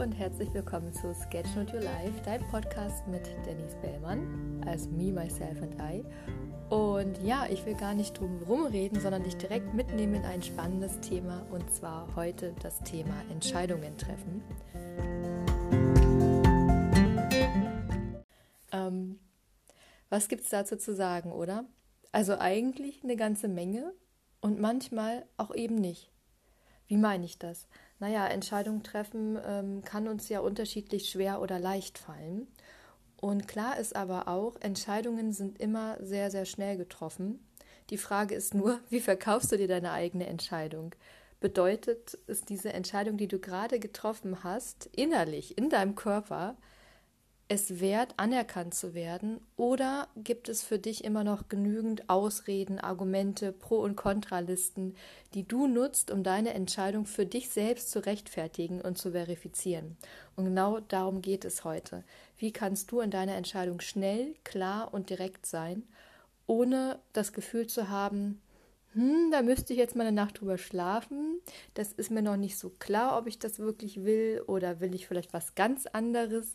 und herzlich willkommen zu Sketchnote Your Life, dein Podcast mit Denise Bellmann als Me, Myself and I. Und ja, ich will gar nicht drum rumreden, sondern dich direkt mitnehmen in ein spannendes Thema, und zwar heute das Thema Entscheidungen treffen. Was gibt es dazu zu sagen, oder? Also eigentlich eine ganze Menge und manchmal auch eben nicht. Wie meine ich das? Naja, Entscheidungen treffen kann uns ja unterschiedlich schwer oder leicht fallen. Und klar ist aber auch, Entscheidungen sind immer sehr, sehr schnell getroffen. Die Frage ist nur, wie verkaufst du dir deine eigene Entscheidung? Bedeutet es diese Entscheidung, die du gerade getroffen hast, innerlich, in deinem Körper, es wert, anerkannt zu werden, oder gibt es für dich immer noch genügend Ausreden, Argumente, Pro- und Kontralisten, die du nutzt, um deine Entscheidung für dich selbst zu rechtfertigen und zu verifizieren? Und genau darum geht es heute. Wie kannst du in deiner Entscheidung schnell, klar und direkt sein, ohne das Gefühl zu haben, da müsste ich jetzt mal eine Nacht drüber schlafen, das ist mir noch nicht so klar, ob ich das wirklich will, oder will ich vielleicht was ganz anderes?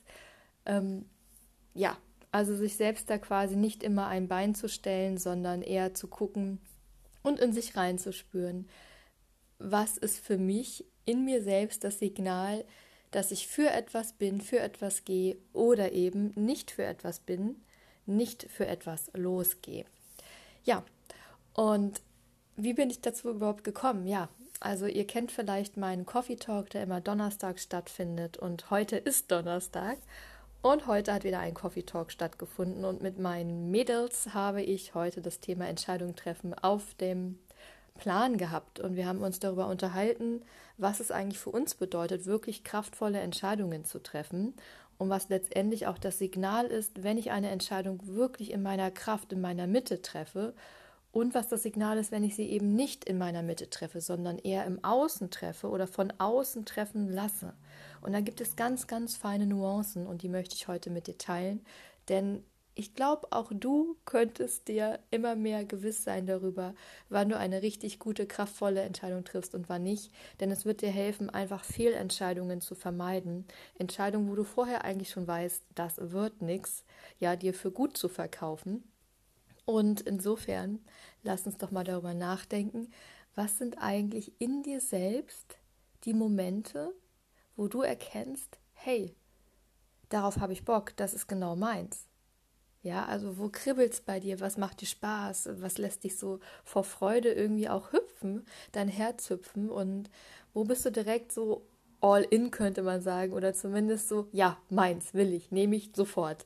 Ja, also sich selbst da quasi nicht immer ein Bein zu stellen, sondern eher zu gucken und in sich reinzuspüren. Was ist für mich in mir selbst das Signal, dass ich für etwas bin, für etwas gehe oder eben nicht für etwas bin, nicht für etwas losgehe? Ja, und wie bin ich dazu überhaupt gekommen? Ja, also ihr kennt vielleicht meinen Coffee Talk, der immer donnerstags stattfindet, und heute ist Donnerstag. Und heute hat wieder ein Coffee Talk stattgefunden, und mit meinen Mädels habe ich heute das Thema Entscheidung treffen auf dem Plan gehabt. Und wir haben uns darüber unterhalten, was es eigentlich für uns bedeutet, wirklich kraftvolle Entscheidungen zu treffen, und was letztendlich auch das Signal ist, wenn ich eine Entscheidung wirklich in meiner Kraft, in meiner Mitte treffe, und was das Signal ist, wenn ich sie eben nicht in meiner Mitte treffe, sondern eher im Außen treffe oder von außen treffen lasse. Und da gibt es ganz, ganz feine Nuancen, und die möchte ich heute mit dir teilen, denn ich glaube, auch du könntest dir immer mehr gewiss sein darüber, wann du eine richtig gute, kraftvolle Entscheidung triffst und wann nicht, denn es wird dir helfen, einfach Fehlentscheidungen zu vermeiden, Entscheidungen, wo du vorher eigentlich schon weißt, das wird nichts, ja, dir für gut zu verkaufen. Und insofern, lass uns doch mal darüber nachdenken, was sind eigentlich in dir selbst die Momente, wo du erkennst, hey, darauf habe ich Bock, das ist genau meins. Ja, also wo kribbelt's bei dir, was macht dir Spaß, was lässt dich so vor Freude irgendwie auch hüpfen, dein Herz hüpfen, und wo bist du direkt so all in, könnte man sagen, oder zumindest so, ja, meins, will ich, nehme ich sofort.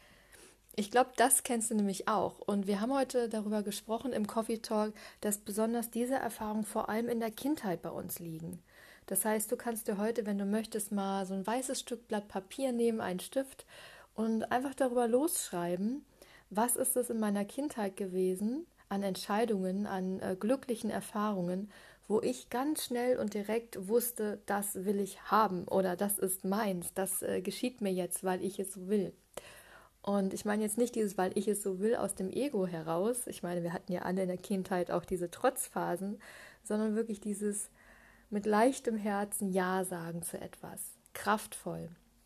Ich glaube, das kennst du nämlich auch. Und wir haben heute darüber gesprochen im Coffee Talk, dass besonders diese Erfahrungen vor allem in der Kindheit bei uns liegen. Das heißt, du kannst dir heute, wenn du möchtest, mal so ein weißes Stück Blatt Papier nehmen, einen Stift, und einfach darüber losschreiben, was ist es in meiner Kindheit gewesen, an Entscheidungen, an glücklichen Erfahrungen, wo ich ganz schnell und direkt wusste, das will ich haben oder das ist meins, das geschieht mir jetzt, weil ich es so will. Und ich meine jetzt nicht dieses, weil ich es so will, aus dem Ego heraus. Ich meine, wir hatten ja alle in der Kindheit auch diese Trotzphasen, sondern wirklich dieses mit leichtem Herzen Ja sagen zu etwas. Kraftvoll,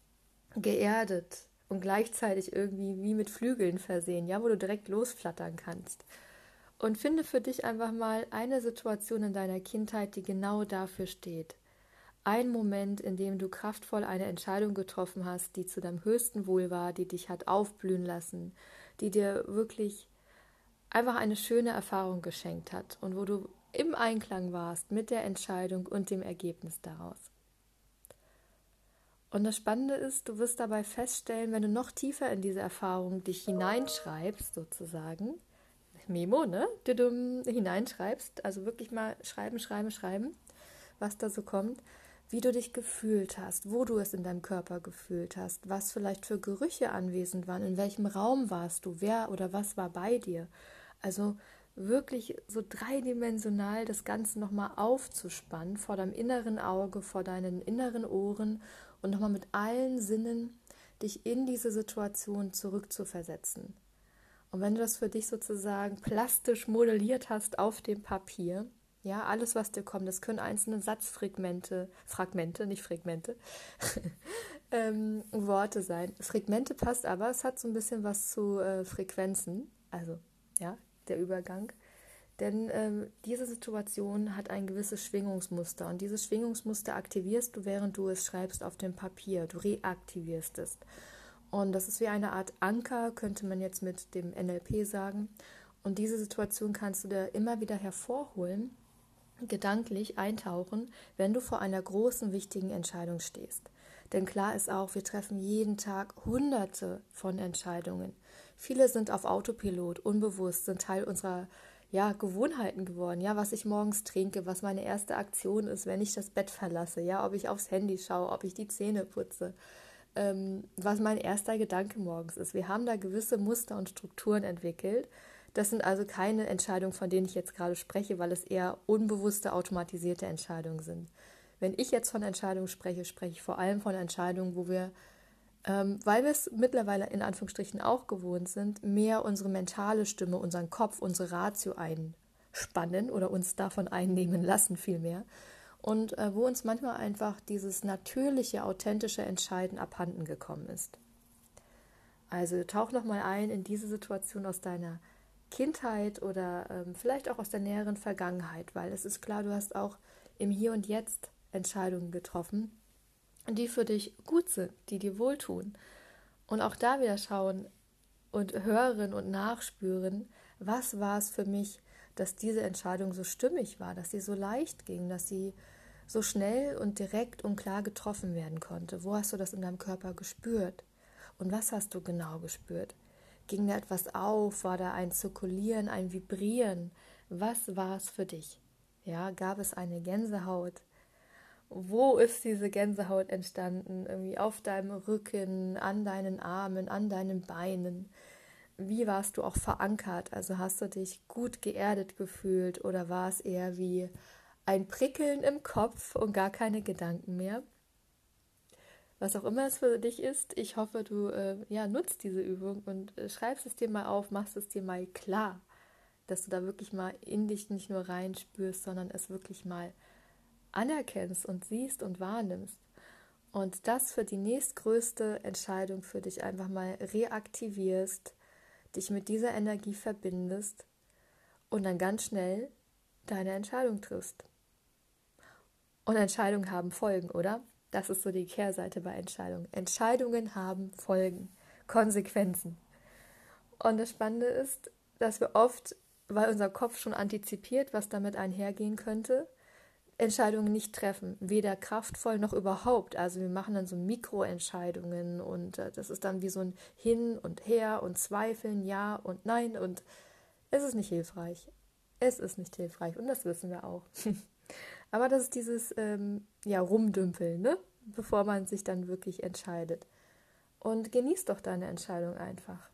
geerdet und gleichzeitig irgendwie wie mit Flügeln versehen, ja, wo du direkt losflattern kannst. Und finde für dich einfach mal eine Situation in deiner Kindheit, die genau dafür steht. Ein Moment, in dem du kraftvoll eine Entscheidung getroffen hast, die zu deinem höchsten Wohl war, die dich hat aufblühen lassen, die dir wirklich einfach eine schöne Erfahrung geschenkt hat und wo du im Einklang warst mit der Entscheidung und dem Ergebnis daraus. Und das Spannende ist, du wirst dabei feststellen, wenn du noch tiefer in diese Erfahrung dich hineinschreibst, sozusagen, Memo, ne? Hineinschreibst, also wirklich mal schreiben, schreiben, schreiben, was da so kommt, wie du dich gefühlt hast, wo du es in deinem Körper gefühlt hast, was vielleicht für Gerüche anwesend waren, in welchem Raum warst du, wer oder was war bei dir. Also wirklich so dreidimensional das Ganze nochmal aufzuspannen vor deinem inneren Auge, vor deinen inneren Ohren, und nochmal mit allen Sinnen dich in diese Situation zurückzuversetzen. Und wenn du das für dich sozusagen plastisch modelliert hast auf dem Papier, Ja, alles, was dir kommt, das können einzelne Fragmente, nicht Fragmente, Worte sein. Fragmente passt aber, es hat so ein bisschen was zu Frequenzen, also ja, der Übergang. Denn diese Situation hat ein gewisses Schwingungsmuster und dieses Schwingungsmuster aktivierst du, während du es schreibst auf dem Papier. Du reaktivierst es. Und das ist wie eine Art Anker, könnte man jetzt mit dem NLP sagen. Und diese Situation kannst du dir immer wieder hervorholen, gedanklich eintauchen, wenn du vor einer großen, wichtigen Entscheidung stehst. Denn klar ist auch, wir treffen jeden Tag Hunderte von Entscheidungen. Viele sind auf Autopilot, unbewusst, sind Teil unserer Gewohnheiten geworden. Ja, was ich morgens trinke, was meine erste Aktion ist, wenn ich das Bett verlasse. Ja, ob ich aufs Handy schaue, ob ich die Zähne putze, was mein erster Gedanke morgens ist. Wir haben da gewisse Muster und Strukturen entwickelt. Das sind also keine Entscheidungen, von denen ich jetzt gerade spreche, weil es eher unbewusste, automatisierte Entscheidungen sind. Wenn ich jetzt von Entscheidungen spreche, spreche ich vor allem von Entscheidungen, wo wir, weil wir es mittlerweile in Anführungsstrichen auch gewohnt sind, mehr unsere mentale Stimme, unseren Kopf, unsere Ratio einspannen oder uns davon einnehmen lassen vielmehr. Und wo uns manchmal einfach dieses natürliche, authentische Entscheiden abhanden gekommen ist. Also tauch nochmal ein in diese Situation aus deiner Kindheit oder vielleicht auch aus der näheren Vergangenheit, weil es ist klar, du hast auch im Hier und Jetzt Entscheidungen getroffen, die für dich gut sind, die dir wohltun. Und auch da wieder schauen und hören und nachspüren, was war es für mich, dass diese Entscheidung so stimmig war, dass sie so leicht ging, dass sie so schnell und direkt und klar getroffen werden konnte. Wo hast du das in deinem Körper gespürt? Und was hast du genau gespürt? Ging da etwas auf? War da ein Zirkulieren, ein Vibrieren? Was war es für dich? Ja, gab es eine Gänsehaut? Wo ist diese Gänsehaut entstanden? Irgendwie auf deinem Rücken, an deinen Armen, an deinen Beinen? Wie warst du auch verankert? Also hast du dich gut geerdet gefühlt oder war es eher wie ein Prickeln im Kopf und gar keine Gedanken mehr? Was auch immer es für dich ist, ich hoffe, du nutzt diese Übung und schreibst es dir mal auf, machst es dir mal klar, dass du da wirklich mal in dich nicht nur reinspürst, sondern es wirklich mal anerkennst und siehst und wahrnimmst. Und das für die nächstgrößte Entscheidung für dich einfach mal reaktivierst, dich mit dieser Energie verbindest und dann ganz schnell deine Entscheidung triffst. Und Entscheidungen haben Folgen, oder? Das ist so die Kehrseite bei Entscheidungen. Entscheidungen haben Folgen, Konsequenzen. Und das Spannende ist, dass wir oft, weil unser Kopf schon antizipiert, was damit einhergehen könnte, Entscheidungen nicht treffen, weder kraftvoll noch überhaupt. Also wir machen dann so Mikroentscheidungen und das ist dann wie so ein Hin und Her und Zweifeln, ja und nein und es ist nicht hilfreich. Es ist nicht hilfreich und das wissen wir auch. Aber das ist dieses Rumdümpeln, ne? Bevor man sich dann wirklich entscheidet. Und genieß doch deine Entscheidung einfach.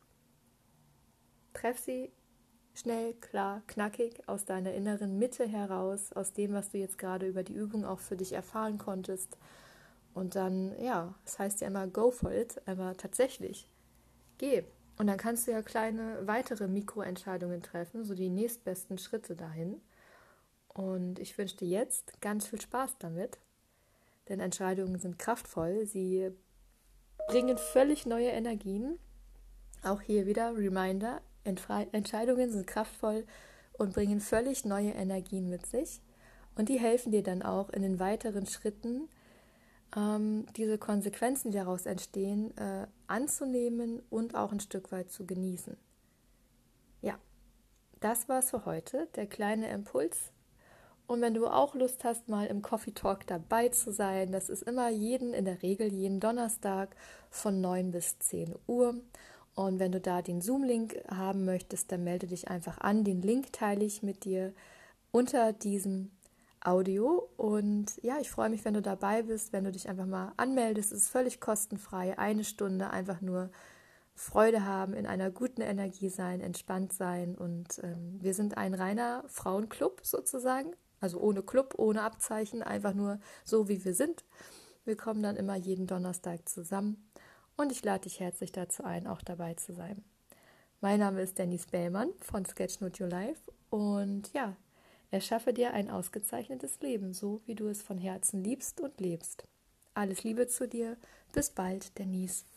Treff sie schnell, klar, knackig aus deiner inneren Mitte heraus, aus dem, was du jetzt gerade über die Übung auch für dich erfahren konntest. Und dann, das heißt ja immer go for it, aber tatsächlich, geh. Und dann kannst du ja kleine weitere Mikroentscheidungen treffen, so die nächstbesten Schritte dahin. Und ich wünsche dir jetzt ganz viel Spaß damit, denn Entscheidungen sind kraftvoll, sie bringen völlig neue Energien. Auch hier wieder Reminder, Entscheidungen sind kraftvoll und bringen völlig neue Energien mit sich. Und die helfen dir dann auch in den weiteren Schritten, diese Konsequenzen, die daraus entstehen, anzunehmen und auch ein Stück weit zu genießen. Ja, das war's für heute, der kleine Impuls. Und wenn du auch Lust hast, mal im Coffee Talk dabei zu sein, das ist immer in der Regel jeden Donnerstag von 9 bis 10 Uhr. Und wenn du da den Zoom-Link haben möchtest, dann melde dich einfach an. Den Link teile ich mit dir unter diesem Audio. Und ja, ich freue mich, wenn du dabei bist, wenn du dich einfach mal anmeldest. Es ist völlig kostenfrei. 1 Stunde einfach nur Freude haben, in einer guten Energie sein, entspannt sein. Und wir sind ein reiner Frauenclub sozusagen. Also ohne Club, ohne Abzeichen, einfach nur so, wie wir sind. Wir kommen dann immer jeden Donnerstag zusammen. Und ich lade dich herzlich dazu ein, auch dabei zu sein. Mein Name ist Denise Bellmann von Sketch Note Your Life und ja, Erschaffe dir ein ausgezeichnetes Leben, so wie du es von Herzen liebst und lebst. Alles Liebe zu dir. Bis bald, Denise.